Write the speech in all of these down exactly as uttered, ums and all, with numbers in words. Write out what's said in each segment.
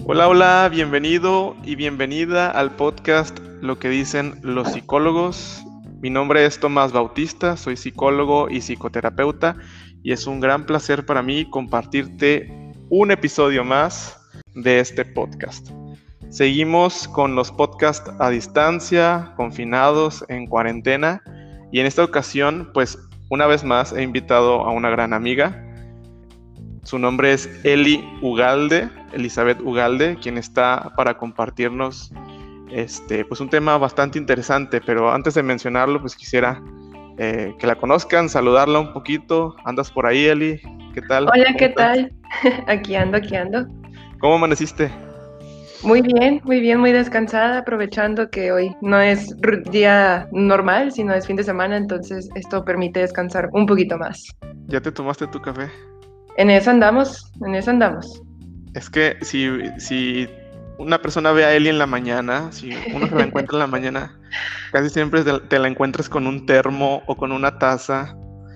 Hola, hola, bienvenido y bienvenida al podcast Lo que dicen los psicólogos. Mi nombre es Tomás Bautista, soy psicólogo y psicoterapeuta y es un gran placer para mí compartirte un episodio más de este podcast. Seguimos con los podcasts a distancia, confinados, en cuarentena, y en esta ocasión, pues una vez más he invitado a una gran amiga. Su nombre es Eli Ugalde, Elizabeth Ugalde, quien está para compartirnos este, pues un tema bastante interesante, pero antes de mencionarlo, pues quisiera eh, que la conozcan, saludarla un poquito. ¿Andas por ahí, Eli? ¿Qué tal? Hola, ¿qué estás? tal? Aquí ando, aquí ando. ¿Cómo amaneciste? Muy bien, muy bien, muy descansada, aprovechando que hoy no es r- día normal, sino es fin de semana, entonces esto permite descansar un poquito más. ¿Ya te tomaste tu café? En eso andamos, en eso andamos. Es que si, si una persona ve a Eli en la mañana, si uno se la encuentra en la mañana, casi siempre te, te la encuentras con un termo o con una taza,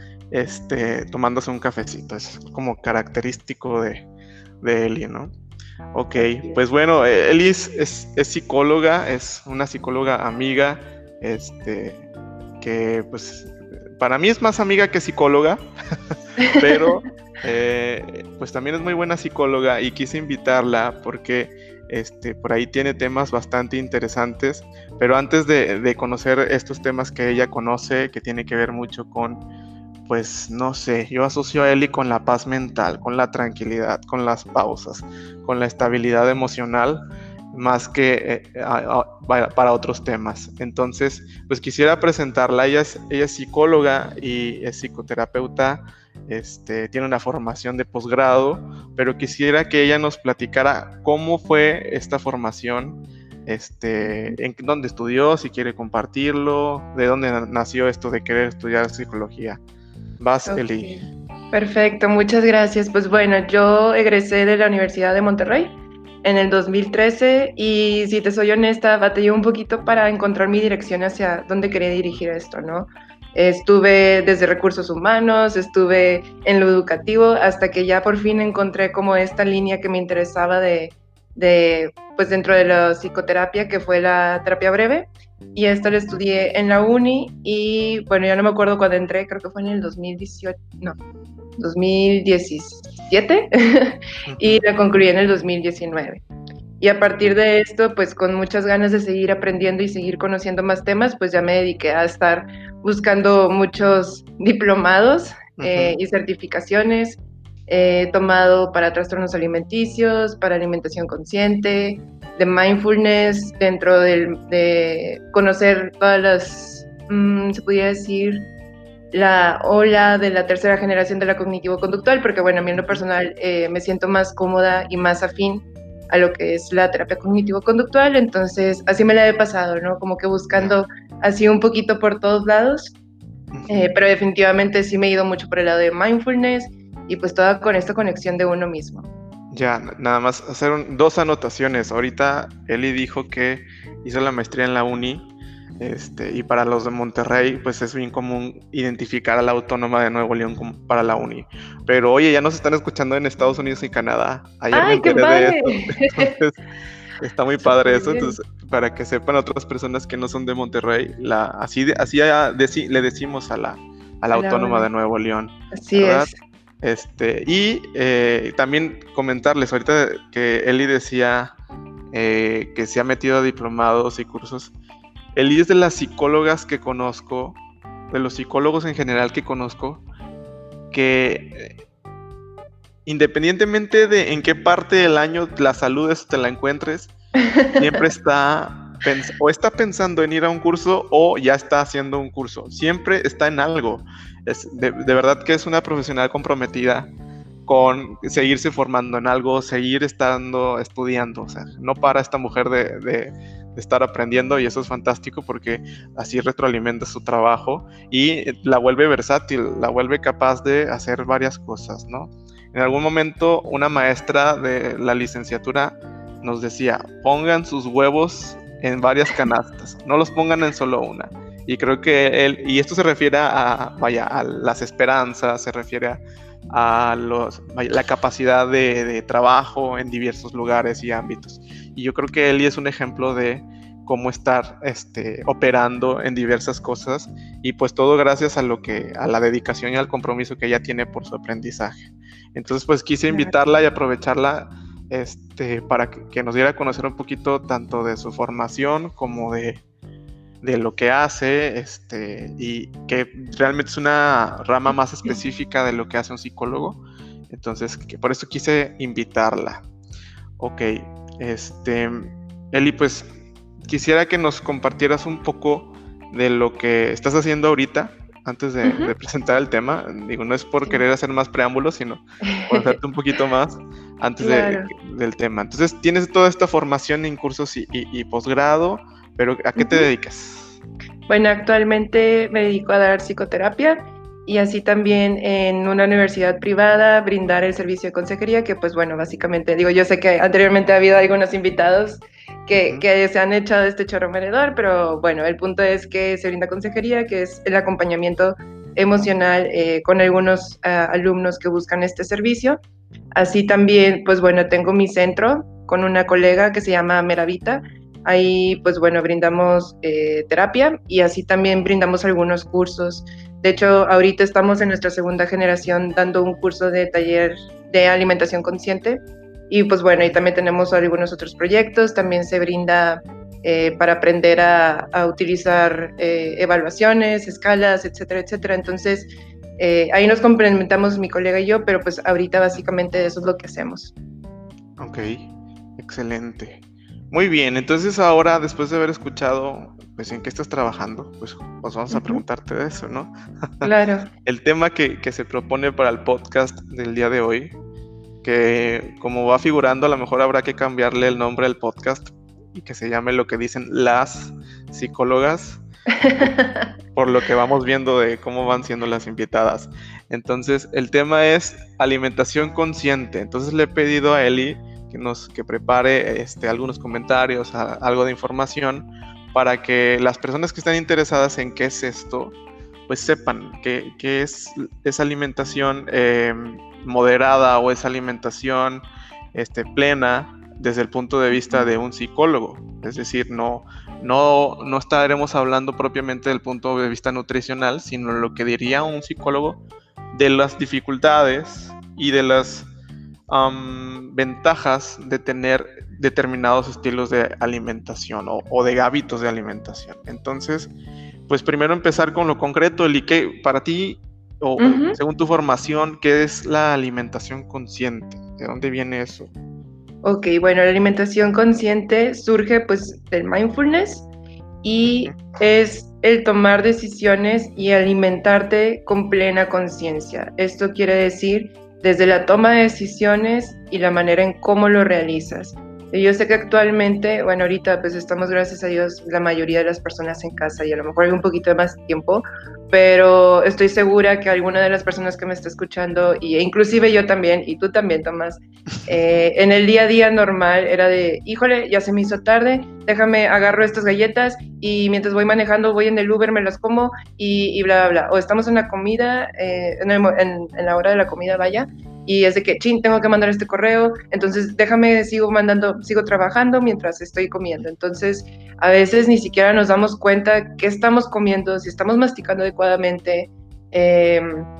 este, tomándose un cafecito. Es como característico de, de Eli, ¿no? Ok, pues bueno, eh, Eli es, es, es psicóloga, es una psicóloga amiga, este, que pues para mí es más amiga que psicóloga, pero eh, pues también es muy buena psicóloga y quise invitarla porque este, por ahí tiene temas bastante interesantes, pero antes de, de conocer estos temas que ella conoce, que tiene que ver mucho con, pues no sé, yo asocio a Eli con la paz mental, con la tranquilidad, con las pausas, con la estabilidad emocional, más que eh, a, a, para otros temas. Entonces, pues quisiera presentarla. Ella es, ella es psicóloga y es psicoterapeuta, este, tiene una formación de posgrado, pero quisiera que ella nos platicara cómo fue esta formación, este, en dónde estudió, si quiere compartirlo, de dónde nació esto de querer estudiar psicología. Vas, Ok, Eli. perfecto, muchas gracias. Pues bueno, yo egresé de la Universidad de Monterrey en el dos mil trece y si te soy honesta, batallé un poquito para encontrar mi dirección hacia dónde quería dirigir esto, ¿no? Estuve desde recursos humanos, estuve en lo educativo, hasta que ya por fin encontré como esta línea que me interesaba de, de pues dentro de la psicoterapia, que fue la terapia breve, y esto lo estudié en la uni y bueno, ya no me acuerdo cuándo entré, creo que fue en el dos mil dieciocho, no, dos mil diecisiete y la concluí en el dos mil diecinueve. Y a partir de esto, pues con muchas ganas de seguir aprendiendo y seguir conociendo más temas, pues ya me dediqué a estar buscando muchos diplomados eh, y certificaciones. He tomado para trastornos alimenticios, para alimentación consciente, de mindfulness, dentro del, de conocer todas las, mmm, se podría decir, la ola de la tercera generación de la cognitivo-conductual, porque bueno, a mí en lo personal eh, me siento más cómoda y más afín a lo que es la terapia cognitivo-conductual, entonces así me la he pasado, ¿no? Como que buscando así un poquito por todos lados, eh, pero definitivamente sí me he ido mucho por el lado de mindfulness y pues toda con esta conexión de uno mismo. Ya, nada más hacer un, dos anotaciones. Ahorita Eli dijo que hizo la maestría en la uni, este, y para los de Monterrey, pues es bien común identificar a la Autónoma de Nuevo León como para la uni. Pero oye, ya nos están escuchando en Estados Unidos y Canadá. Ayer me ¡Ay, qué enteré de padre! eso. Entonces, está muy padre eso. Entonces, para que sepan otras personas que no son de Monterrey, la, así, así deci, le decimos a la, a la Autónoma de Nuevo León. Así ¿verdad? es. Este, y eh, también comentarles, ahorita que Eli decía eh, que se ha metido a diplomados y cursos. Eli es de las psicólogas que conozco, de los psicólogos en general que conozco, que eh, independientemente de en qué parte del año la saludes o te la encuentres, siempre está pens- o está pensando en ir a un curso o ya está haciendo un curso. Siempre está en algo. Es de, de verdad que es una profesional comprometida con seguirse formando en algo, seguir estando estudiando. O sea, no para esta mujer de, de, de estar aprendiendo, y eso es fantástico porque así retroalimenta su trabajo y la vuelve versátil, la vuelve capaz de hacer varias cosas, ¿no? En algún momento una maestra de la licenciatura nos decía, pongan sus huevos en varias canastas, no los pongan en solo una. Y creo que él, y esto se refiere a, vaya, a las esperanzas, se refiere a a los, la capacidad de, de trabajo en diversos lugares y ámbitos. Y yo creo que Eli es un ejemplo de cómo estar este, operando en diversas cosas, y pues todo gracias a lo que, a la dedicación y al compromiso que ella tiene por su aprendizaje. Entonces pues quise invitarla y aprovecharla este, para que, que nos diera a conocer un poquito tanto de su formación como de, de lo que hace, este, y que realmente es una rama más específica de lo que hace un psicólogo. Entonces que por eso quise invitarla. Ok, este, Eli, pues quisiera que nos compartieras un poco de lo que estás haciendo ahorita antes de, uh-huh. de presentar el tema. Digo, no es por sí. querer hacer más preámbulos, sino por hacerte un poquito más antes claro. de, del tema. Entonces, tienes toda esta formación en cursos y, y, y posgrado, pero ¿a qué uh-huh. te dedicas? Bueno, actualmente me dedico a dar psicoterapia y así también en una universidad privada brindar el servicio de consejería, que pues bueno, básicamente, digo, yo sé que anteriormente ha habido algunos invitados que, uh-huh. que se han echado este chorro meredor, pero bueno, el punto es que se brinda consejería, que es el acompañamiento emocional eh, con algunos uh, alumnos que buscan este servicio. Así también, pues bueno, tengo mi centro con una colega que se llama Meravita. Ahí, pues bueno, brindamos eh, terapia y así también brindamos algunos cursos. De hecho, ahorita estamos en nuestra segunda generación dando un curso de taller de alimentación consciente. Y pues bueno, y también tenemos algunos otros proyectos. También se brinda eh, para aprender a, a utilizar eh, evaluaciones, escalas, etcétera, etcétera. Entonces, eh, ahí nos complementamos mi colega y yo, pero pues ahorita básicamente eso es lo que hacemos. Ok, excelente. Muy bien, entonces ahora, después de haber escuchado, pues, en qué estás trabajando, pues, pues vamos uh-huh. a preguntarte de eso, ¿no? Claro. El tema que, que se propone para el podcast del día de hoy, que como va figurando, a lo mejor habrá que cambiarle el nombre al podcast y que se llame lo que dicen las psicólogas, por, por lo que vamos viendo de cómo van siendo las invitadas. Entonces, el tema es alimentación consciente. Entonces le he pedido a Eli que nos que prepare este, algunos comentarios, a, algo de información, para que las personas que están interesadas en qué es esto, pues sepan qué, qué es esa alimentación eh, moderada o esa alimentación este, plena desde el punto de vista de un psicólogo. Es decir, no, no, no estaremos hablando propiamente del punto de vista nutricional, sino lo que diría un psicólogo de las dificultades y de las um, ventajas de tener determinados estilos de alimentación o, o de hábitos de alimentación. Entonces, pues primero empezar con lo concreto, Eli, ¿qué para ti, o uh-huh. según tu formación, qué es la alimentación consciente? ¿De dónde viene eso? Ok, bueno, la alimentación consciente surge pues del mindfulness y uh-huh. es el tomar decisiones y alimentarte con plena conciencia. Esto quiere decir desde la toma de decisiones y la manera en cómo lo realizas. Yo sé que actualmente, bueno, ahorita pues estamos, gracias a Dios, la mayoría de las personas en casa y a lo mejor hay un poquito de más tiempo, pero estoy segura que alguna de las personas que me está escuchando, y, e inclusive yo también, y tú también, Tomás, eh, en el día a día normal era de, híjole, ya se me hizo tarde, déjame, agarro estas galletas y mientras voy manejando voy en el Uber, me las como y, y bla, bla, bla. O estamos en la comida, eh, en, el, en, en la hora de la comida, vaya, y es de que, chin, tengo que mandar este correo, entonces déjame, sigo mandando, sigo trabajando mientras estoy comiendo. Entonces, a veces ni siquiera nos damos cuenta qué estamos comiendo, si estamos masticando adecuadamente, eh,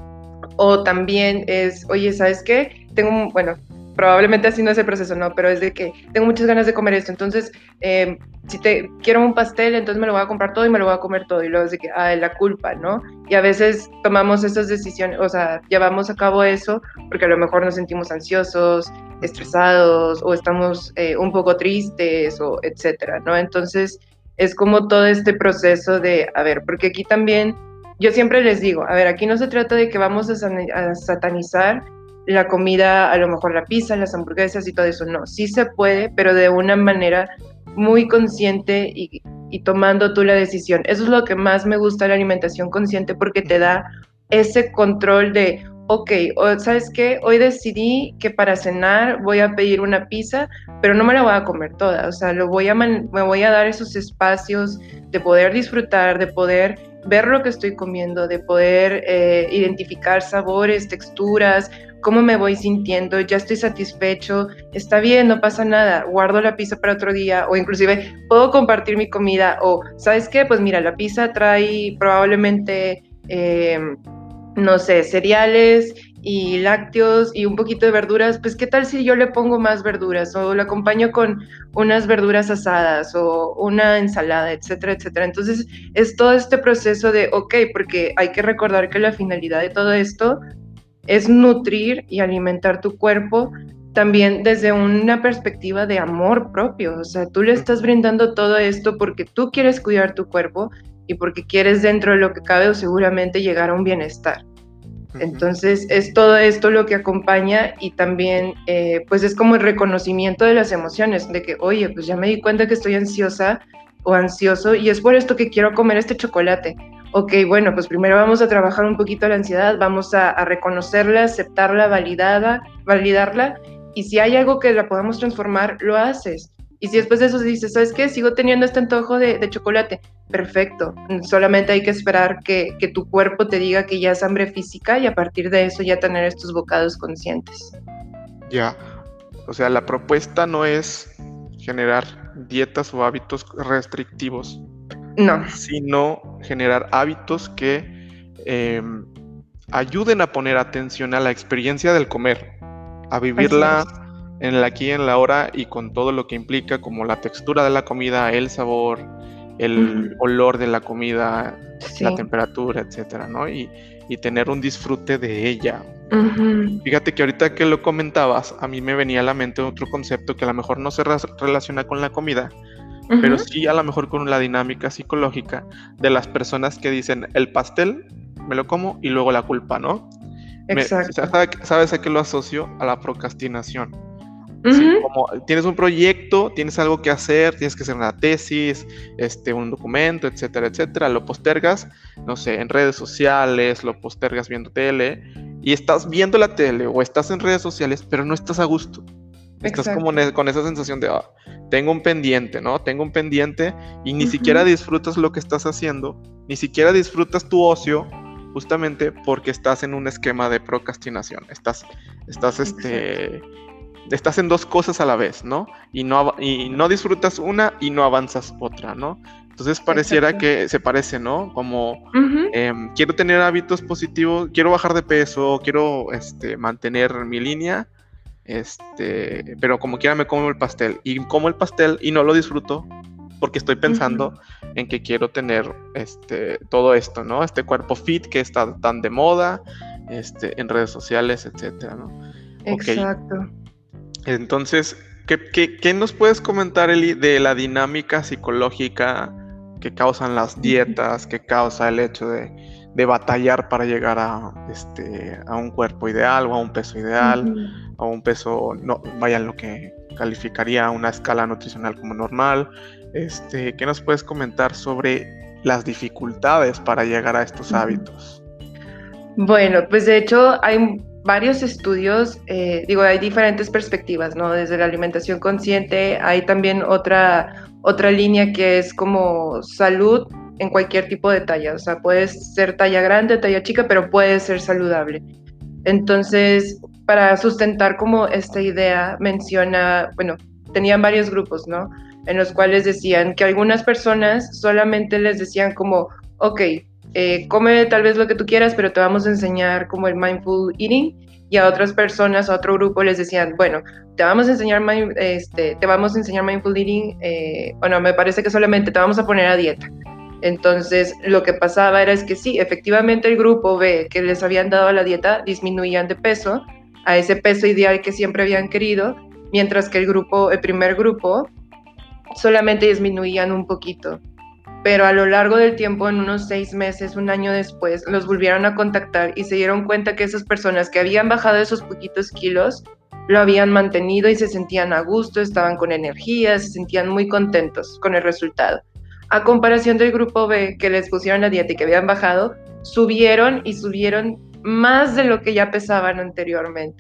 o también es, oye, ¿sabes qué? Tengo, bueno, probablemente así no es el proceso, ¿no? Pero es de que tengo muchas ganas de comer esto, entonces, eh, si te quiero un pastel, entonces me lo voy a comprar todo y me lo voy a comer todo, y luego es de que, ah, la culpa, ¿no? Y a veces tomamos esas decisiones, o sea, llevamos a cabo eso porque a lo mejor nos sentimos ansiosos, estresados, o estamos eh, un poco tristes, o etcétera, ¿no? Entonces, es como todo este proceso de, a ver, porque aquí también, yo siempre les digo, a ver, aquí no se trata de que vamos a, san- a satanizar la comida, a lo mejor la pizza, las hamburguesas y todo eso, no, sí se puede, pero de una manera muy consciente y, y tomando tú la decisión. Eso es lo que más me gusta de la alimentación consciente, porque te da ese control de, ok, o, ¿sabes qué? Hoy decidí que para cenar voy a pedir una pizza, pero no me la voy a comer toda, o sea, lo voy a man- me voy a dar esos espacios de poder disfrutar, de poder ver lo que estoy comiendo, de poder eh, identificar sabores, texturas, cómo me voy sintiendo, ya estoy satisfecho, está bien, no pasa nada, guardo la pizza para otro día, o inclusive puedo compartir mi comida, o ¿sabes qué? Pues mira, la pizza trae probablemente, eh, no sé, cereales y lácteos y un poquito de verduras, pues ¿qué tal si yo le pongo más verduras o lo acompaño con unas verduras asadas o una ensalada, etcétera, etcétera? Entonces es todo este proceso de, ok, porque hay que recordar que la finalidad de todo esto es nutrir y alimentar tu cuerpo también desde una perspectiva de amor propio. O sea, tú le estás brindando todo esto porque tú quieres cuidar tu cuerpo y porque quieres, dentro de lo que cabe, o seguramente llegar a un bienestar. Entonces es todo esto lo que acompaña, y también eh, pues es como el reconocimiento de las emociones, de que oye, pues ya me di cuenta que estoy ansiosa o ansioso y es por esto que quiero comer este chocolate. Ok, bueno, pues primero vamos a trabajar un poquito la ansiedad, vamos a, a reconocerla, aceptarla, validada, validarla, y si hay algo que la podamos transformar, lo haces. Y si después de eso dices, ¿sabes qué? Sigo teniendo este antojo de, de chocolate. Perfecto. Solamente hay que esperar que, que tu cuerpo te diga que ya es hambre física, y a partir de eso ya tener estos bocados conscientes. Ya. O sea, la propuesta no es generar dietas o hábitos restrictivos. No. Sino generar hábitos que eh, ayuden a poner atención a la experiencia del comer, a vivirla en el aquí y en la ahora, y con todo lo que implica, como la textura de la comida, el sabor, el uh-huh. olor de la comida, sí. la temperatura, etcétera, ¿no? Y, y tener un disfrute de ella. Uh-huh. Fíjate que ahorita que lo comentabas, a mí me venía a la mente otro concepto que a lo mejor no se re- relaciona con la comida, uh-huh. pero sí a lo mejor con la dinámica psicológica de las personas que dicen, el pastel me lo como y luego la culpa, ¿no? Exacto. Me, ¿Sabes a qué lo asocio? A la procrastinación. Uh-huh. Sí, como tienes un proyecto, tienes algo que hacer, tienes que hacer una tesis, este, un documento, etcétera, etcétera, lo postergas, no sé, en redes sociales, lo postergas viendo tele, y estás viendo la tele o estás en redes sociales, pero no estás a gusto. Estás Exacto. como con esa sensación de, oh, tengo un pendiente, ¿no? Tengo un pendiente, y ni uh-huh. siquiera disfrutas lo que estás haciendo, ni siquiera disfrutas tu ocio, justamente porque estás en un esquema de procrastinación. Estás, estás, este, estás en dos cosas a la vez, ¿no? Y no, y no disfrutas una y no avanzas otra, ¿no? Entonces pareciera Exacto. que se parece, ¿no? Como uh-huh. eh, quiero tener hábitos positivos, quiero bajar de peso, quiero este, mantener mi línea, este, pero como quiera me como el pastel, y como el pastel y no lo disfruto porque estoy pensando uh-huh. en que quiero tener este, todo esto, ¿no? Este cuerpo fit que está tan de moda, este, en redes sociales, etcétera, ¿no? Exacto. Okay. Entonces, ¿qué, qué, ¿qué nos puedes comentar, Eli, de la dinámica psicológica que causan las dietas, que causa el hecho de, de batallar para llegar a, este, a un cuerpo ideal o a un peso ideal, uh-huh. a un peso, no, vaya, lo que calificaría una escala nutricional como normal? Este, ¿qué nos puedes comentar sobre las dificultades para llegar a estos hábitos? Bueno, pues de hecho hay varios estudios, eh, digo, hay diferentes perspectivas, ¿no? Desde la alimentación consciente hay también otra, otra línea que es como salud en cualquier tipo de talla, o sea, puedes ser talla grande, talla chica, pero puede ser saludable. Entonces, para sustentar como esta idea, menciona, bueno, tenían varios grupos, ¿no? En los cuales decían que algunas personas solamente les decían como, ok, eh, come tal vez lo que tú quieras, pero te vamos a enseñar como el mindful eating, y a otras personas, a otro grupo les decían, bueno, te vamos a enseñar, este, te vamos a enseñar mindful eating, eh, bueno, me parece que solamente te vamos a poner a dieta. Entonces, lo que pasaba era es que sí, efectivamente el grupo B que les habían dado la dieta disminuían de peso a ese peso ideal que siempre habían querido, mientras que el grupo, el primer grupo, solamente disminuían un poquito. Pero a lo largo del tiempo, en unos seis meses, un año después, los volvieron a contactar y se dieron cuenta que esas personas que habían bajado esos poquitos kilos, lo habían mantenido y se sentían a gusto, estaban con energía, se sentían muy contentos con el resultado. A comparación del grupo B, que les pusieron la dieta y que habían bajado, subieron y subieron más de lo que ya pesaban anteriormente.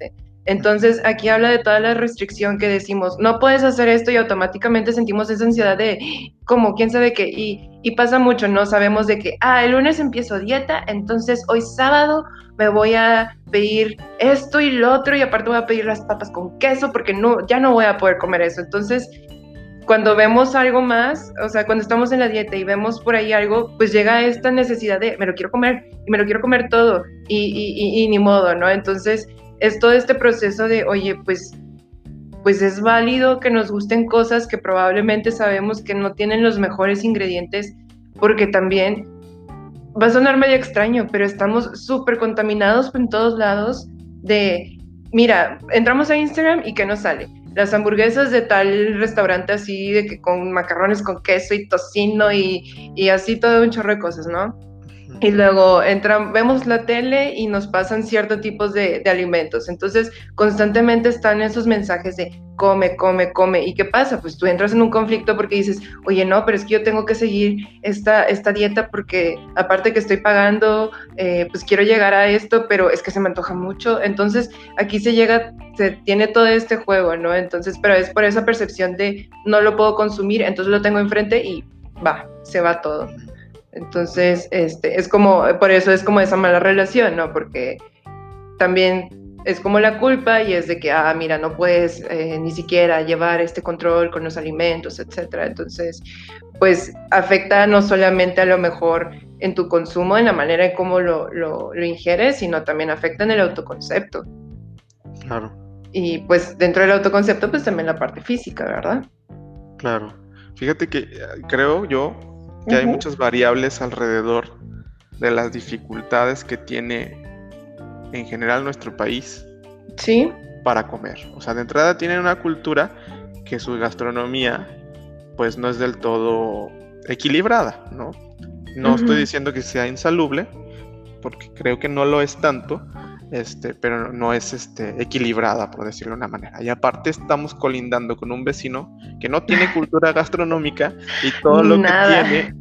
Entonces, aquí habla de toda la restricción que decimos, no puedes hacer esto y automáticamente sentimos esa ansiedad de, ¿cómo? ¿Quién sabe qué? Y, y pasa mucho, ¿no? Sabemos de que, ah, el lunes empiezo dieta, entonces hoy sábado me voy a pedir esto y lo otro y aparte voy a pedir las papas con queso porque no, ya no voy a poder comer eso. Entonces, cuando vemos algo más, o sea, cuando estamos en la dieta y vemos por ahí algo, pues llega esta necesidad de, me lo quiero comer y me lo quiero comer todo y, y, y, y ni modo, ¿no? Entonces, es todo este proceso de, oye, pues, pues es válido que nos gusten cosas que probablemente sabemos que no tienen los mejores ingredientes, porque también va a sonar medio extraño, pero estamos súper contaminados en todos lados de, mira, entramos a Instagram y ¿qué nos sale? Las hamburguesas de tal restaurante así, de que con macarrones con queso y tocino y, y así todo un chorro de cosas, ¿no? Y luego entran, vemos la tele y nos pasan ciertos tipos de, de alimentos. Entonces, constantemente están esos mensajes de come, come, come. ¿Y qué pasa? Pues tú entras en un conflicto porque dices, oye, no, pero es que yo tengo que seguir esta, esta dieta porque aparte que estoy pagando, eh, pues quiero llegar a esto, pero es que se me antoja mucho. Entonces, aquí se llega, se tiene todo este juego, ¿no? Entonces, pero es por esa percepción de no lo puedo consumir, entonces lo tengo enfrente y va, se va todo. Entonces, este, es como, por eso es como esa mala relación, ¿no? Porque también es como la culpa y es de que, ah, mira, no puedes eh, ni siquiera llevar este control con los alimentos, etcétera. Entonces, pues afecta no solamente a lo mejor en tu consumo, en la manera en cómo lo, lo, lo ingieres, sino también afecta en el autoconcepto. Claro. Y pues dentro del autoconcepto, pues también la parte física, ¿verdad? Claro. Fíjate que creo yo que uh-huh. hay muchas variables alrededor de las dificultades que tiene en general nuestro país sí. para comer. O sea, de entrada tienen una cultura que su gastronomía pues no es del todo equilibrada, ¿no? No uh-huh. estoy diciendo que sea insalubre, porque creo que no lo es tanto, este, pero no es este, equilibrada, por decirlo de una manera. Y aparte estamos colindando con un vecino que no tiene cultura gastronómica y todo lo Nada. que tiene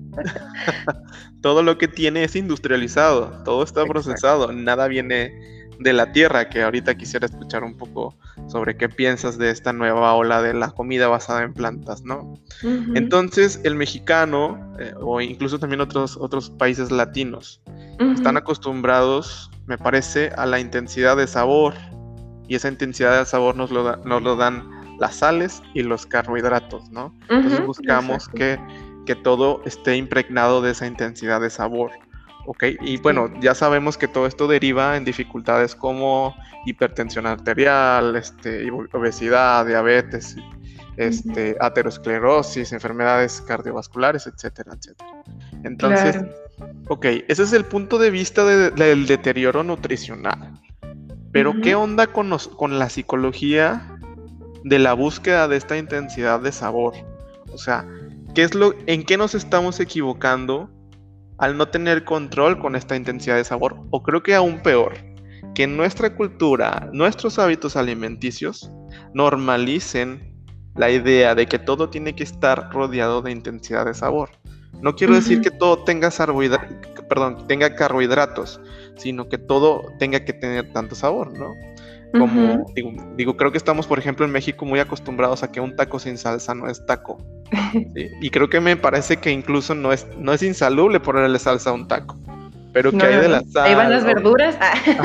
todo lo que tiene es industrializado, todo está procesado. Exacto. Nada viene de la tierra, que ahorita quisiera escuchar un poco sobre qué piensas de esta nueva ola de la comida basada en plantas, ¿no? Uh-huh. Entonces el mexicano eh, o incluso también otros, otros países latinos uh-huh. están acostumbrados, me parece, a la intensidad de sabor, y esa intensidad de sabor nos lo, da, nos lo dan las sales y los carbohidratos, ¿no? Uh-huh. Entonces buscamos que, que todo esté impregnado de esa intensidad de sabor. Ok, y bueno, sí. ya sabemos que todo esto deriva en dificultades como hipertensión arterial, este, obesidad, diabetes, este, uh-huh. aterosclerosis, enfermedades cardiovasculares, etcétera, etcétera. Entonces, claro. ok, ese es el punto de vista de, de, del deterioro nutricional. Pero, uh-huh. ¿qué onda con, nos, con la psicología de la búsqueda de esta intensidad de sabor? O sea, ¿qué es lo, ¿en qué nos estamos equivocando al no tener control con esta intensidad de sabor? O creo que aún peor, que en nuestra cultura, nuestros hábitos alimenticios normalicen la idea de que todo tiene que estar rodeado de intensidad de sabor. No quiero uh-huh. decir que todo tenga, perdón, tenga carbohidratos, sino que todo tenga que tener tanto sabor, ¿no? Como, uh-huh. digo, digo, creo que estamos, por ejemplo, en México muy acostumbrados a que un taco sin salsa no es taco. ¿Sí? Y creo que me parece que incluso no es, no es insalubre ponerle salsa a un taco. Pero que no, hay de la sal. Ahí van las verduras.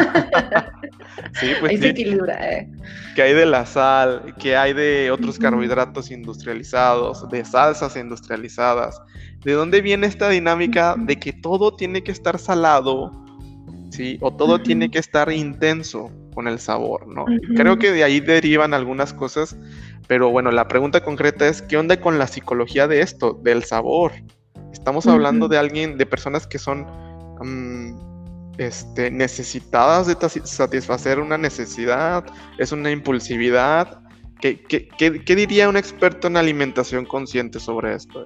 Sí, pues ahí sí. se equilibra, eh. Que hay de la sal, que hay de otros carbohidratos industrializados, de salsas industrializadas. ¿De dónde viene esta dinámica de que todo tiene que estar salado, ¿sí? O todo uh-huh. tiene que estar intenso con el sabor, ¿no? Uh-huh. Creo que de ahí derivan algunas cosas, pero bueno, la pregunta concreta es, ¿qué onda con la psicología de esto, del sabor? Estamos uh-huh. hablando de alguien, de personas que son um, este, necesitadas de t- satisfacer una necesidad, es una impulsividad. ¿Qué, qué, qué, qué diría un experto en alimentación consciente sobre esto?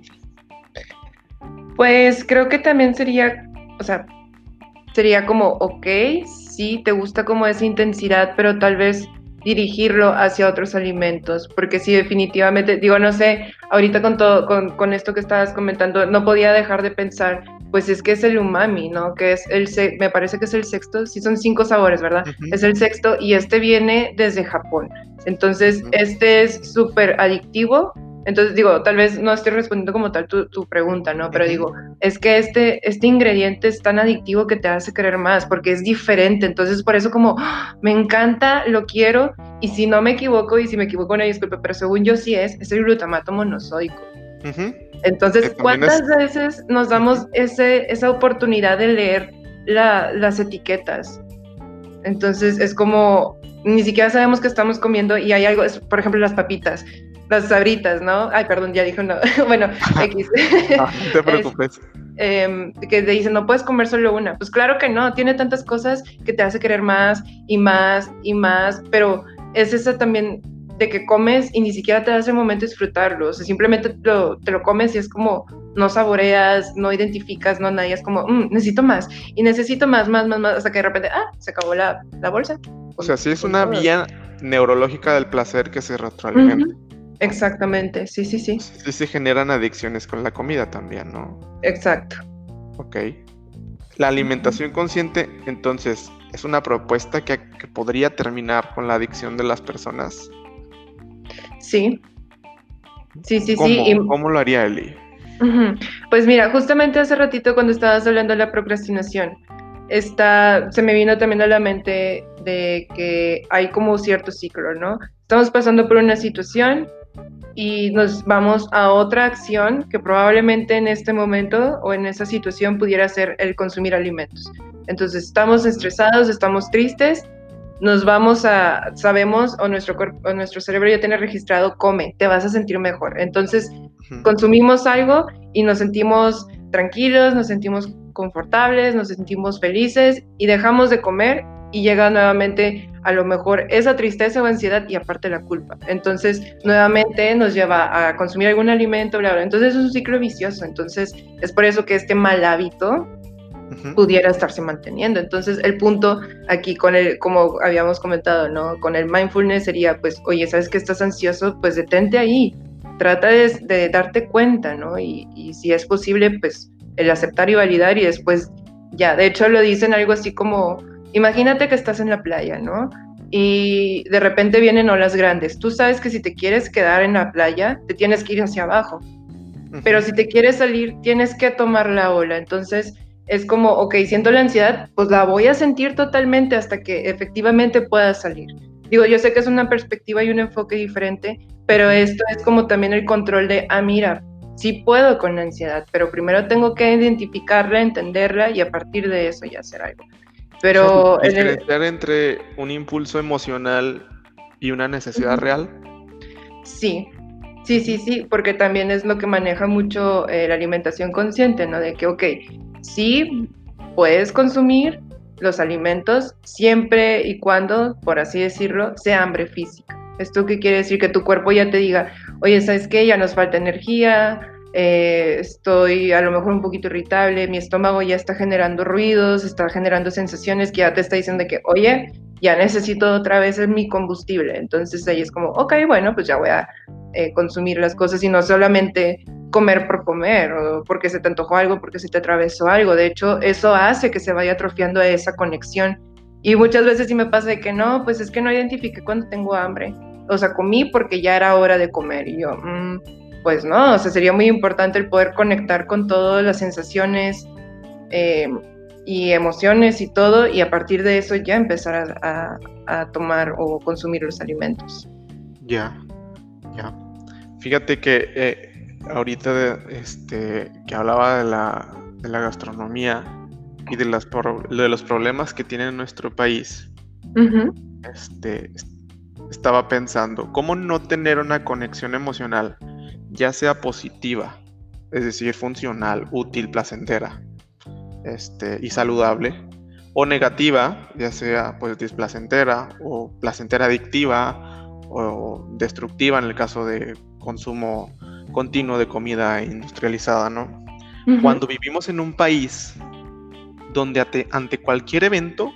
Pues creo que también sería, o sea, sería como, ok, sí, te gusta como esa intensidad, pero tal vez dirigirlo hacia otros alimentos, porque sí, definitivamente, digo, no sé, ahorita con todo, con, con esto que estabas comentando, no podía dejar de pensar, pues es que es el umami, ¿no? Que es el, se- me parece que es el sexto, sí son cinco sabores, ¿verdad? Ujú, Es el sexto y este viene desde Japón. Entonces, ujú, este es súper adictivo. Entonces, digo, tal vez no estoy respondiendo como tal tu, tu pregunta, ¿no? Pero ujú. digo, es que este, este ingrediente es tan adictivo que te hace querer más, porque es diferente. Entonces, por eso como, ¡ah! Me encanta, lo quiero, y si no me equivoco, y si me equivoco, una disculpa, pero según yo sí es, es el glutamato monosódico. Ujú. Que Entonces, también es. ¿cuántas veces nos Ujú. damos ese, esa oportunidad de leer la, las etiquetas? Entonces, es como, ni siquiera sabemos qué estamos comiendo y hay algo, es, por ejemplo, las papitas, las sabritas, ¿no? Ay, perdón, ya dijo no. Bueno, X. Ah, no te Es, preocupes. em, que te dicen, no puedes comer solo una. Pues claro que no, tiene tantas cosas que te hace querer más y más y más, pero es esa también de que comes y ni siquiera te das el momento de disfrutarlo, o sea, simplemente lo, te lo comes y es como no saboreas, no identificas, no nada, y es como, mm, necesito más y necesito más, más, más, más, hasta que de repente, ah, se acabó la, la bolsa. O Con, sea, sí es con una todo. vía neurológica del placer que se retroalimenta, Uh-huh. ¿no? Exactamente, sí, sí, sí, Sí se generan adicciones con la comida también, ¿no? exacto. Ok. La alimentación consciente, entonces, es una propuesta que, que podría terminar con la adicción de las personas. Sí, sí, sí, sí. Y, ¿Cómo? ¿Cómo lo haría Eli? uh-huh. Pues mira, justamente hace ratito cuando estabas hablando de la procrastinación, está, se me vino también a la mente de que hay como cierto ciclo, ¿no? Estamos pasando por una situación y nos vamos a otra acción que probablemente en este momento o en esa situación pudiera ser el consumir alimentos. Entonces estamos estresados, estamos tristes, nos vamos a, sabemos o nuestro cuerpo, o nuestro cerebro ya tiene registrado, come, te vas a sentir mejor. Entonces Ujú. consumimos algo y nos sentimos tranquilos, nos sentimos confortables, nos sentimos felices y dejamos de comer y llega nuevamente a lo mejor esa tristeza o ansiedad y aparte la culpa. Entonces, nuevamente nos lleva a consumir algún alimento, bla, bla. Entonces, es un ciclo vicioso. Entonces, es por eso que este mal hábito Ujú. pudiera estarse manteniendo. Entonces, el punto aquí con el, como habíamos comentado, ¿no? Con el mindfulness sería, pues, oye, ¿sabes que estás ansioso? Pues detente ahí. Trata de, de darte cuenta, ¿no? Y, y si es posible, pues, el aceptar y validar y después ya. De hecho, lo dicen algo así como, imagínate que estás en la playa, ¿no? Y de repente vienen olas grandes. Tú sabes que si te quieres quedar en la playa, te tienes que ir hacia abajo. Pero Ujú. si te quieres salir, tienes que tomar la ola. Entonces, es como, ok, siento la ansiedad, pues la voy a sentir totalmente hasta que efectivamente pueda salir. Digo, yo sé que es una perspectiva y un enfoque diferente, pero Ujú. esto es como también el control de, ah, mira, sí puedo con la ansiedad, pero primero tengo que identificarla, entenderla y a partir de eso ya hacer algo. O sea, di- Pero en el, diferenciar entre un impulso emocional y una necesidad uh-huh. real. Sí, sí, sí, Ujú. sí, porque también es lo que maneja mucho eh, la alimentación consciente, ¿no? De que, ok, sí, puedes consumir los alimentos siempre y cuando, por así decirlo, sea hambre física. ¿Esto qué quiere decir? Que tu cuerpo ya te diga, oye, ¿sabes qué? Ya nos falta energía, eh, estoy a lo mejor un poquito irritable, mi estómago ya está generando ruidos, está generando sensaciones que ya te está diciendo de que, oye, ya necesito otra vez mi combustible. Entonces ahí es como, ok, bueno, pues ya voy a eh, consumir las cosas y no solamente comer por comer o porque se te antojó algo, porque se te atravesó algo. De hecho, eso hace que se vaya atrofiando esa conexión. Y muchas veces sí me pasa de que no, pues es que no identifiqué cuando tengo hambre. O sea, comí porque ya era hora de comer. Y yo, mmm, pues no, o sea, sería muy importante el poder conectar con todas las sensaciones eh, y emociones y todo, y a partir de eso ya empezar a, a, a tomar o consumir los alimentos. Ya, ya. Fíjate que eh, ahorita de- este, que hablaba de la, de la gastronomía y de, las pro- de los problemas que tiene nuestro país, Uh-huh. este, es- estaba pensando, ¿cómo no tener una conexión emocional, ya sea positiva, es decir, funcional, útil, placentera, este, y saludable, o negativa, ya sea pues displacentera o placentera adictiva o destructiva en el caso de consumo continuo de comida industrializada, ¿no? Uh-huh. Cuando vivimos en un país donde ante, ante cualquier evento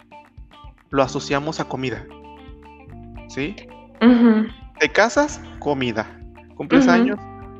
lo asociamos a comida, ¿sí? Uh-huh. Te casas, comida. Cumples Uh-huh. años,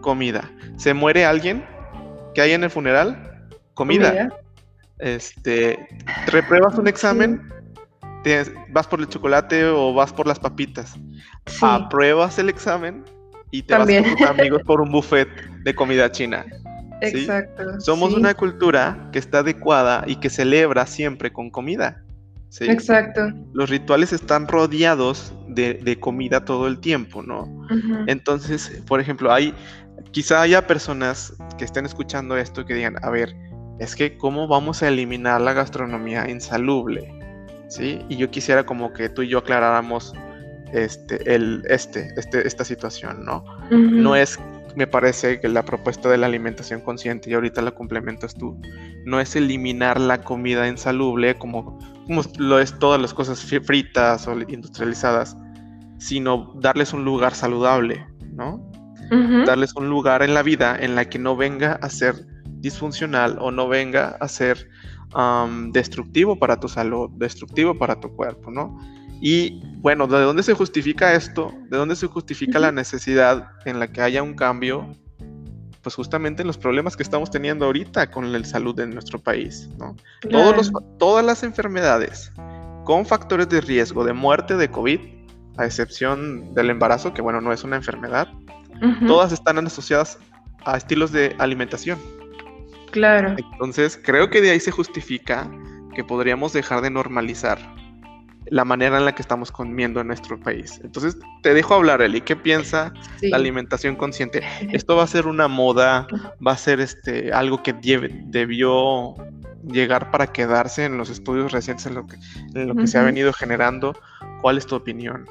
comida. Se muere alguien, ¿qué hay en el funeral? Comida. Comida. Este, repruebas un examen, Sí. tienes- vas por el chocolate o vas por las papitas. Sí, Apruebas el examen y te también. vas con tus amigos por un buffet de comida china. ¿Sí? Exacto. Somos Sí, una cultura que está adecuada y que celebra siempre con comida. ¿Sí? exacto. Los rituales están rodeados de, de comida todo el tiempo, ¿no? Ujú. Entonces, por ejemplo, hay, quizá haya personas que estén escuchando esto que digan, a ver, es que ¿cómo vamos a eliminar la gastronomía insalubre? ¿Sí? Y yo quisiera como que tú y yo aclaráramos este, el, este, este, esta situación, ¿no? Ujú. No es, me parece que la propuesta de la alimentación consciente, y ahorita la complementas tú, no es eliminar la comida insalubre como, como lo es todas las cosas fri- fritas o industrializadas, sino darles un lugar saludable, ¿no? Ujú. Darles un lugar en la vida en la que no venga a ser disfuncional o no venga a ser um, destructivo para tu salud, destructivo para tu cuerpo, ¿no? Y bueno, ¿de dónde se justifica esto? ¿De dónde se justifica Ujú. la necesidad en la que haya un cambio? Pues justamente en los problemas que estamos teniendo ahorita con la salud de nuestro país, ¿no? Todos los, Claro. todas las enfermedades con factores de riesgo de muerte de COVID, a excepción del embarazo, que bueno, no es una enfermedad, Ujú. todas están asociadas a estilos de alimentación. Claro. Entonces, creo que de ahí se justifica que podríamos dejar de normalizar la manera en la que estamos comiendo en nuestro país. Entonces, te dejo hablar, Eli. ¿Qué piensa Sí. la alimentación consciente? ¿Esto va a ser una moda? ¿Va a ser este, algo que debe- debió llegar para quedarse en los estudios recientes, en lo que, en lo que se ha Ujú. venido generando? ¿Cuál es tu opinión?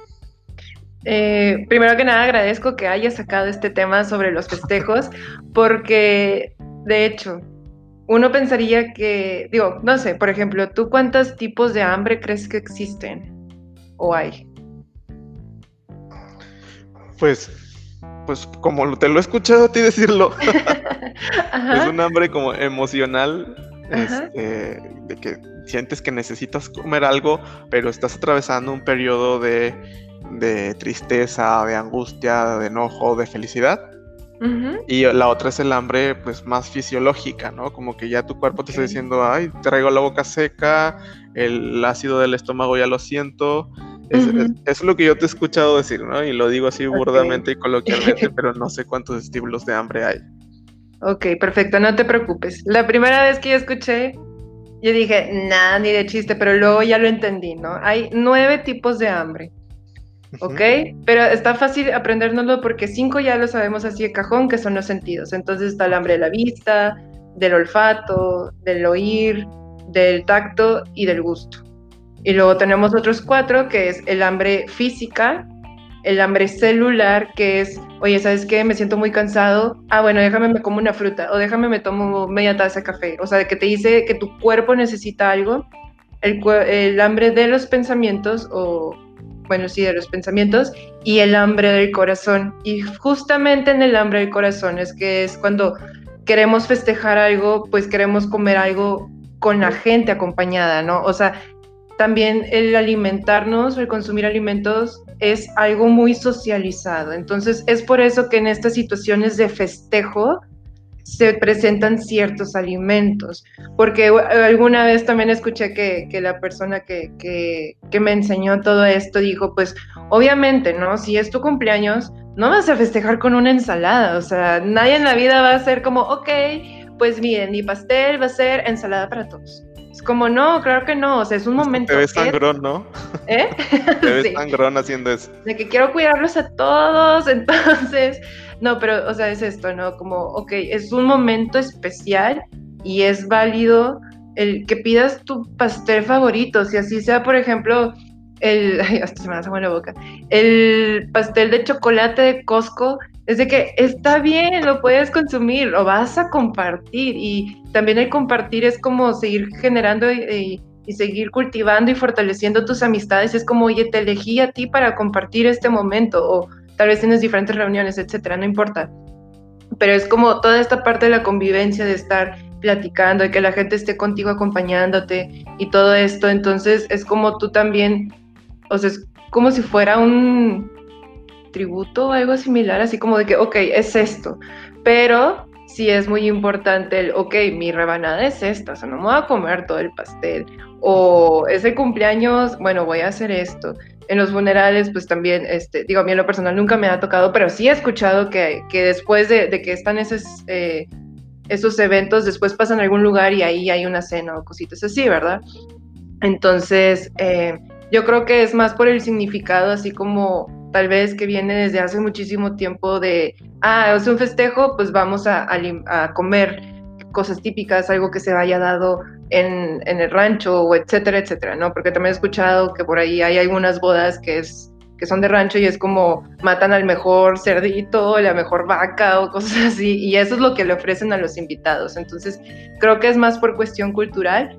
Eh, primero que nada, agradezco que hayas sacado este tema sobre los festejos, porque de hecho, uno pensaría que, digo, no sé, por ejemplo, ¿tú cuántos tipos de hambre crees que existen o hay? Pues, pues como lo- te lo he escuchado a ti decirlo, es Ajá, un hambre como emocional, ajá, este, de que sientes que necesitas comer algo, pero estás atravesando un periodo de, de tristeza, de angustia, de enojo, de felicidad. ujú, Y la otra es el hambre, pues, más fisiológica, ¿no? Como que ya tu cuerpo te está ok, diciendo, ay, traigo la boca seca, el ácido del estómago ya lo siento. Es, es, ujú, es lo que yo te he escuchado decir, ¿no? Y lo digo así ok. burdamente y coloquialmente, pero no sé cuántos estímulos de hambre hay. Ok, perfecto, no te preocupes. La primera vez que yo escuché, yo dije, nada, ni de chiste, pero luego ya lo entendí, ¿no? Hay nueve tipos de hambre. ¿Ok? Ujú. Pero está fácil aprendérnoslo porque cinco ya lo sabemos así de cajón, que son los sentidos. Entonces está el hambre de la vista, del olfato, del oír, del tacto y del gusto. Y luego tenemos otros cuatro, que es el hambre física, el hambre celular, que es, oye, ¿sabes qué? Me siento muy cansado. Ah, bueno, déjame me como una fruta o déjame me tomo media taza de café. O sea, que te dice que tu cuerpo necesita algo. El, el hambre de los pensamientos o bueno, sí, de los pensamientos, y el hambre del corazón. Y justamente en el hambre del corazón es que es cuando queremos festejar algo, pues queremos comer algo con la gente acompañada, ¿no? O sea, también el alimentarnos o el consumir alimentos es algo muy socializado. Entonces, es por eso que en estas situaciones de festejo se presentan ciertos alimentos, porque alguna vez también escuché que, que la persona que, que, que me enseñó todo esto dijo, pues obviamente, ¿no? Si es tu cumpleaños, no vas a festejar con una ensalada, o sea, nadie en la vida va a ser como, ok, pues miren, mi pastel va a ser ensalada para todos. Es como, no, claro que no, o sea, es un Hasta te momento, ves es, sangrón, ¿no? ¿eh? Te ves Sí, sangrón haciendo eso. de que quiero cuidarlos a todos, entonces, no, pero, o sea, es esto, ¿no? Como, ok, es un momento especial y es válido el que pidas tu pastel favorito, si así sea, por ejemplo, el, ay, hasta se me hace agua en la boca, el pastel de chocolate de Costco, es de que está bien, lo puedes consumir, lo vas a compartir y también el compartir es como seguir generando y, y seguir cultivando y fortaleciendo tus amistades. Es como, oye, te elegí a ti para compartir este momento, o tal vez tienes diferentes reuniones, etcétera, no importa. Pero es como toda esta parte de la convivencia, de estar platicando, de que la gente esté contigo acompañándote y todo esto. Entonces es como tú también, o sea, es como si fuera un, tributo o algo similar, así como de que, ok, es esto, pero sí es muy importante el, ok, mi rebanada es esta, o sea, no me voy a comer todo el pastel, o es el cumpleaños, bueno, voy a hacer esto. En los funerales, pues también, este, digo, a mí en lo personal nunca me ha tocado, pero sí he escuchado que, que después de, de que están esos, eh, esos eventos, después pasan a algún lugar y ahí hay una cena o cositas así, ¿verdad? Entonces, eh, yo creo que es más por el significado, así como tal vez que viene desde hace muchísimo tiempo de, ah, es un festejo, pues vamos a, a, a comer cosas típicas, algo que se haya dado en, en el rancho, o etcétera, etcétera, ¿no? Porque también he escuchado que por ahí hay algunas bodas que, es, que son de rancho y es como matan al mejor cerdito, la mejor vaca o cosas así, y eso es lo que le ofrecen a los invitados. Entonces, creo que es más por cuestión cultural.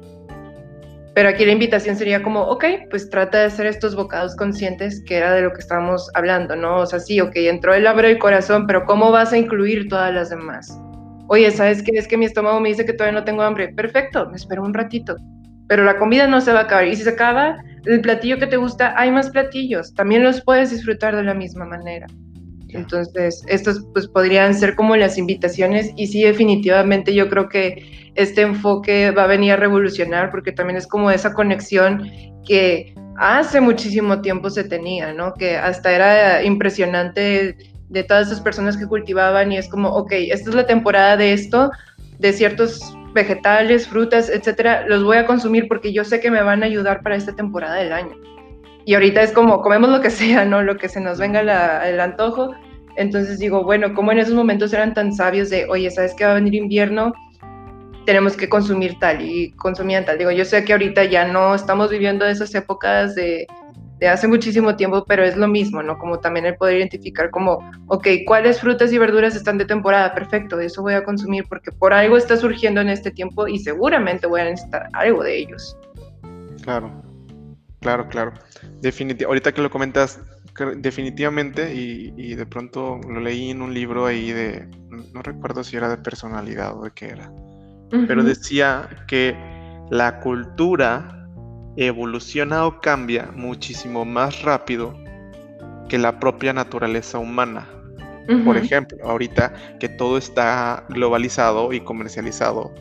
Pero aquí la invitación sería como, ok, pues trata de hacer estos bocados conscientes, que era de lo que estábamos hablando, ¿no? O sea, sí, ok, entró el hambre del corazón, pero ¿cómo vas a incluir todas las demás? Oye, ¿sabes qué? Es que mi estómago me dice que todavía no tengo hambre. Perfecto, me espero un ratito. Pero la comida no se va a acabar. Y si se acaba, el platillo que te gusta, hay más platillos. También los puedes disfrutar de la misma manera. Entonces, estos pues podrían ser como las invitaciones, y sí, definitivamente yo creo que este enfoque va a venir a revolucionar, porque también es como esa conexión que hace muchísimo tiempo se tenía, ¿no? Que hasta era impresionante de todas esas personas que cultivaban, y es como, ok, esta es la temporada de esto, de ciertos vegetales, frutas, etcétera, los voy a consumir porque yo sé que me van a ayudar para esta temporada del año. Y ahorita es como, comemos lo que sea, ¿no? Lo que se nos venga la, el antojo. Entonces digo, bueno, ¿cómo en esos momentos eran tan sabios de, oye, ¿sabes que va a venir invierno? Tenemos que consumir tal, y consumían tal. Digo, yo sé que ahorita ya no estamos viviendo esas épocas de, de hace muchísimo tiempo, pero es lo mismo, ¿no? Como también el poder identificar como, ok, ¿cuáles frutas y verduras están de temporada? Perfecto, eso voy a consumir porque por algo está surgiendo en este tiempo y seguramente voy a necesitar algo de ellos. Claro. Claro, claro. Definitivamente, ahorita que lo comentas, definitivamente, y, y de pronto lo leí en un libro ahí de, no recuerdo si era de personalidad o de qué era, uh-huh. Pero decía que la cultura evoluciona o cambia muchísimo más rápido que la propia naturaleza humana. Uh-huh. Por ejemplo, ahorita que todo está globalizado y comercializado,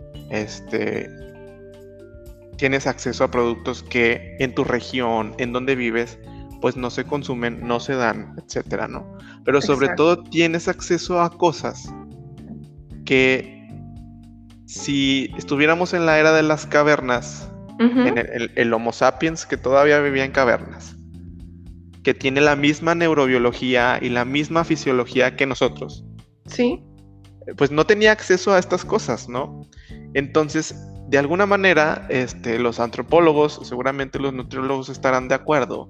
este... tienes acceso a productos que en tu región, en donde vives, pues no se consumen, no se dan, etcétera, ¿no? Pero sobre Exacto. todo tienes acceso a cosas que si estuviéramos en la era de las cavernas, uh-huh. en el, el, el Homo sapiens que todavía vivía en cavernas, que tiene la misma neurobiología y la misma fisiología que nosotros, sí, pues no tenía acceso a estas cosas, ¿no? Entonces, de alguna manera, este, los antropólogos, seguramente los nutriólogos estarán de acuerdo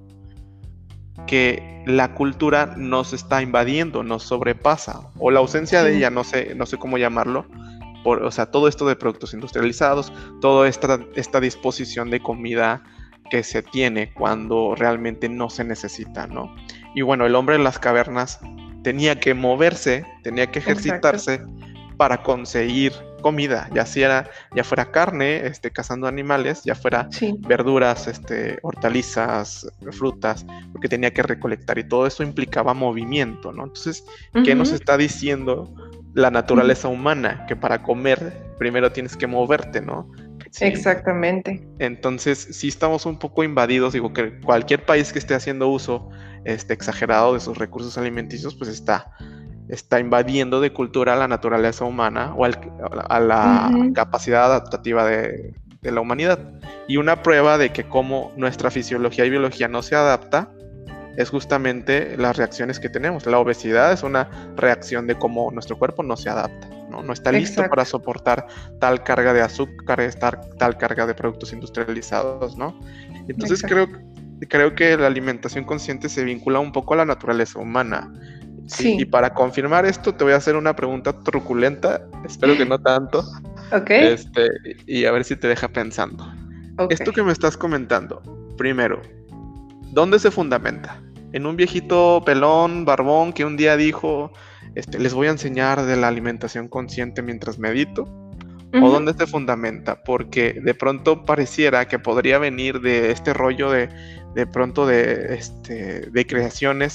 que la cultura nos está invadiendo, nos sobrepasa, o la ausencia sí. de ella, no sé, no sé cómo llamarlo, por, o sea, todo esto de productos industrializados, toda esta, esta disposición de comida que se tiene cuando realmente no se necesita, ¿no? Y bueno, el hombre en las cavernas tenía que moverse, tenía que ejercitarse Exacto. para conseguir comida, ya sea, ya fuera carne, este, cazando animales, ya fuera sí. verduras, este, hortalizas, frutas, porque tenía que recolectar, y todo eso implicaba movimiento, ¿no? Entonces, uh-huh. ¿qué nos está diciendo la naturaleza uh-huh. humana? Que para comer primero tienes que moverte, ¿no? Sí. Exactamente. Entonces, sí estamos un poco invadidos, digo que cualquier país que esté haciendo uso este, exagerado de sus recursos alimenticios, pues está está invadiendo de cultura a la naturaleza humana o al, a la uh-huh. capacidad adaptativa de, de la humanidad. Y una prueba de que cómo nuestra fisiología y biología no se adapta es justamente las reacciones que tenemos. La obesidad es una reacción de cómo nuestro cuerpo no se adapta, no, no está listo Exacto. para soportar tal carga de azúcar, tal, tal carga de productos industrializados, ¿no? Entonces creo, creo que la alimentación consciente se vincula un poco a la naturaleza humana. Sí, sí. Y para confirmar esto te voy a hacer una pregunta truculenta, espero que no tanto, okay. este, y a ver si te deja pensando. Okay. Esto que me estás comentando, primero, ¿dónde se fundamenta? ¿En un viejito pelón, barbón, que un día dijo, este, les voy a enseñar de la alimentación consciente mientras medito? Uh-huh. ¿O dónde se fundamenta? Porque de pronto pareciera que podría venir de este rollo de, de pronto de, este, de creaciones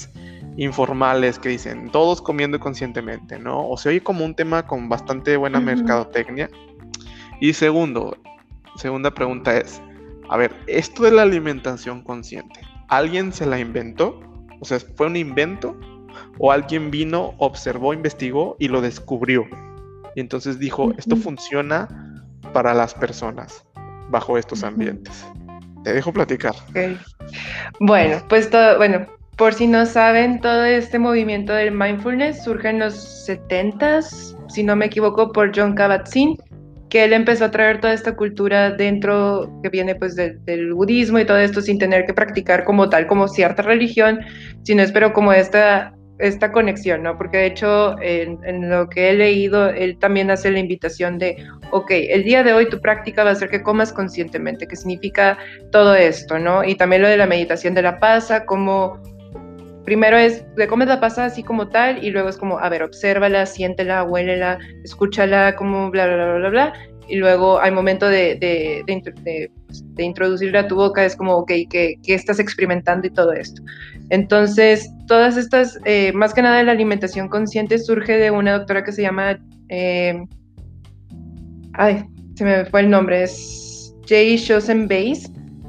informales que dicen todos comiendo conscientemente, ¿no? O se oye como un tema con bastante buena Ujú. mercadotecnia. Y segundo, segunda pregunta es, a ver, esto de la alimentación consciente, ¿alguien se la inventó? O sea, ¿fue un invento? ¿O alguien vino, observó, investigó y lo descubrió? Y entonces dijo, esto Ujú. funciona para las personas bajo estos Ujú. ambientes. Te dejo platicar. Ok. Bueno, pues todo, bueno, por si no saben, todo este movimiento del mindfulness surge en los setentas, si no me equivoco, por John Kabat-Zinn, que él empezó a traer toda esta cultura dentro que viene pues del, del budismo y todo esto sin tener que practicar como tal, como cierta religión, sino espero como esta, esta conexión, ¿no? Porque de hecho en, en lo que he leído, él también hace la invitación de, ok, el día de hoy tu práctica va a ser que comas conscientemente, que significa todo esto, ¿no? Y también lo de la meditación de la pasa, como primero es, le comes la pasa así como tal, y luego es como, a ver, obsérvala, siéntela, huélela, escúchala, como bla, bla, bla, bla, bla, y luego al momento de, de, de, de, de introducirla a tu boca es como, ok, ¿qué, qué estás experimentando y todo esto? Entonces, todas estas, eh, más que nada la alimentación consciente surge de una doctora que se llama, eh, ay, se me fue el nombre, es Jay Shosen Bays,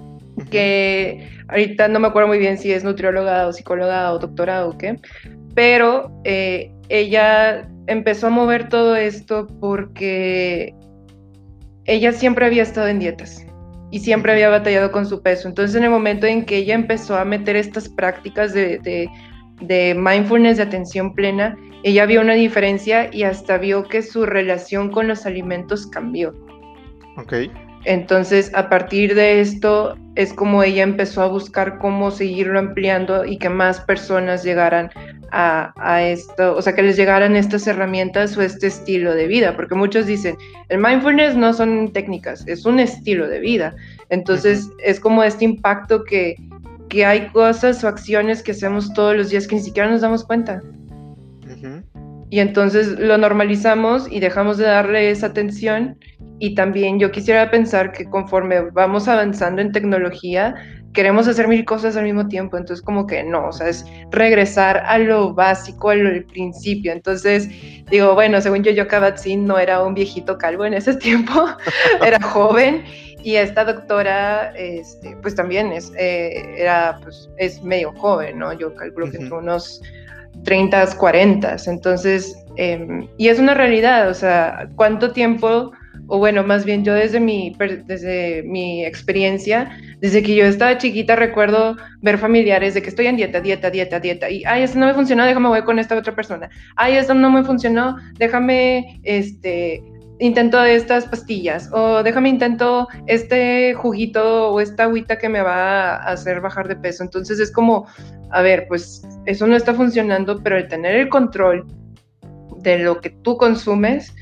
que ahorita no me acuerdo muy bien si es nutrióloga o psicóloga o doctora o qué, pero eh, ella empezó a mover todo esto porque ella siempre había estado en dietas y siempre había batallado con su peso. Entonces, en el momento en que ella empezó a meter estas prácticas de, de, de mindfulness, de atención plena, ella vio una diferencia y hasta vio que su relación con los alimentos cambió. Ok. Entonces, a partir de esto, es como ella empezó a buscar cómo seguirlo ampliando y que más personas llegaran a, a esto, o sea, que les llegaran estas herramientas o este estilo de vida, porque muchos dicen, el mindfulness no son técnicas, es un estilo de vida. Entonces, uh-huh. es como este impacto que, que hay cosas o acciones que hacemos todos los días que ni siquiera nos damos cuenta. Uh-huh. Y entonces lo normalizamos y dejamos de darle esa atención. Y también yo quisiera pensar que conforme vamos avanzando en tecnología, queremos hacer mil cosas al mismo tiempo. Entonces como que no, o sea, es regresar a lo básico, al principio. Entonces digo, bueno, según yo, yo Kabat-Zinn no era un viejito calvo en ese tiempo, era joven. Y esta doctora, este, pues también es, eh, era, pues, es medio joven, ¿no? Yo calculo que entre unos treinta, cuarenta. Entonces, eh, y es una realidad, o sea, ¿cuánto tiempo? O bueno, más bien yo desde mi, desde mi experiencia, desde que yo estaba chiquita recuerdo ver familiares de que estoy en dieta, dieta, dieta, dieta, y ay, esto no me funcionó, déjame voy con esta otra persona, ay, esto no me funcionó, déjame, este, intento estas pastillas, o déjame intento este juguito o esta agüita que me va a hacer bajar de peso. Entonces es como, a ver, pues eso no está funcionando, pero el tener el control de lo que tú consumes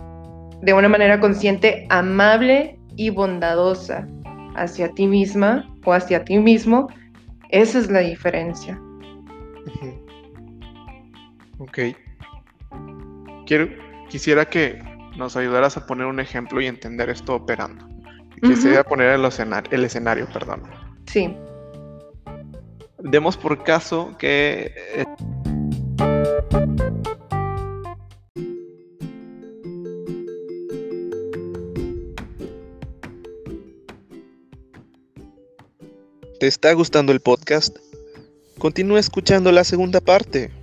de una manera consciente, amable y bondadosa hacia ti misma o hacia ti mismo, esa es la diferencia. Uh-huh. Ok. Quiero, quisiera que nos ayudaras a poner un ejemplo y entender esto operando. Quisiera uh-huh. poner el escenario, el escenario, perdón. Sí. Demos por caso que... Eh, ¿Te está gustando el podcast? Continúa escuchando la segunda parte.